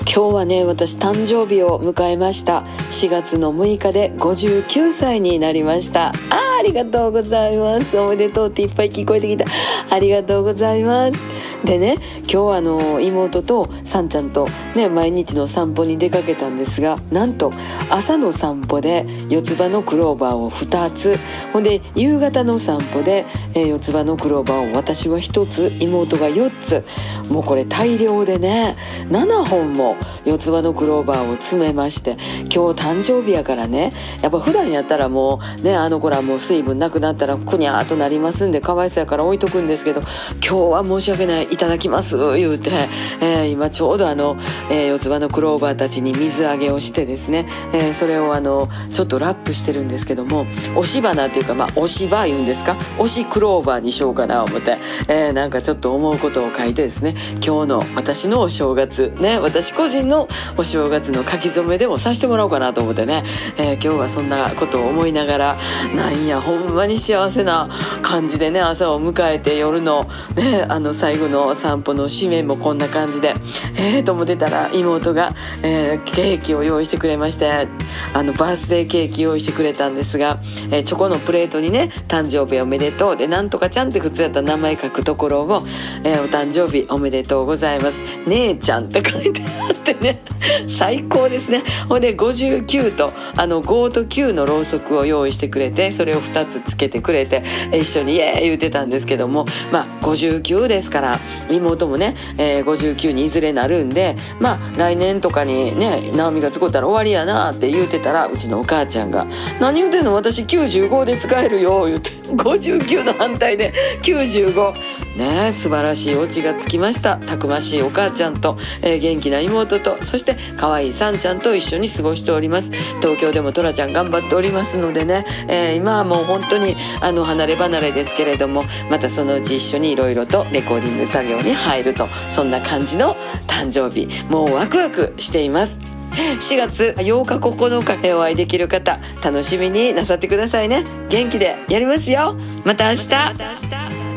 今日はね、私誕生日を迎えました。4月の6日で59歳になりました。ありがとうございます。おめでとうっていっぱい聞こえてきた。ありがとうございます。でね、今日妹とさんちゃんとね、毎日の散歩に出かけたんですが、なんと朝の散歩で四つ葉のクローバーを2つ、ほんで夕方の散歩で、四つ葉のクローバーを私は1つ、妹が4つ、もうこれ大量でね、7本も四つ葉のクローバーを詰めまして、今日誕生日やからね、やっぱ普段やったらもうね、あの子らもう水分なくなったらくにゃーっとなりますんで、かわいそうやから置いとくんですけど、今日は申し訳ない、いただきます言うて、今ちょうど四つ葉のクローバーたちに水あげをしてですね、それをちょっとラップしてるんですけども、押し花っていうか、押し葉言うんですか、押しクローバーにしようかな思って、なんかちょっと思うことを書いてですね、今日の私のお正月ね、私個人のお正月の書き初めでもさせてもらおうかなと思ってね、今日はそんなことを思いながら、なんやほんまに幸せな感じでね、朝を迎えて夜のね、最後の散歩の締めもこんな感じで、と思ってたら妹が、ケーキを用意してくれまして、バースデーケーキ用意してくれたんですが、チョコのプレートにね、誕生日おめでとうで、なんとかちゃんって普通やったら名前書くところを、お誕生日おめでとうございます姉ちゃんって書いてあってね、最高ですね。ほんで59と5と9のろうそくを用意してくれて、それを2つつけてくれて、一緒にイエーイ言ってたんですけども、59ですから妹もね、59にいずれなるんで、来年とかにね、直美が使ったら終わりやなって言うてたら、うちのお母ちゃんが何言うてんの、私95で使えるよ言うて、59の反対で95ね、素晴らしいオチがつきました。たくましいお母ちゃんと、元気な妹と、そして可愛いさんちゃんと一緒に過ごしております。東京でもトラちゃん頑張っておりますのでね、今はもう本当に離れ離れですけれども、またそのうち一緒にいろいろとレコーディング作業に入ると、そんな感じの誕生日、もうワクワクしています。4月8日9日お会いできる方、楽しみになさってくださいね。元気でやりますよ。また明日。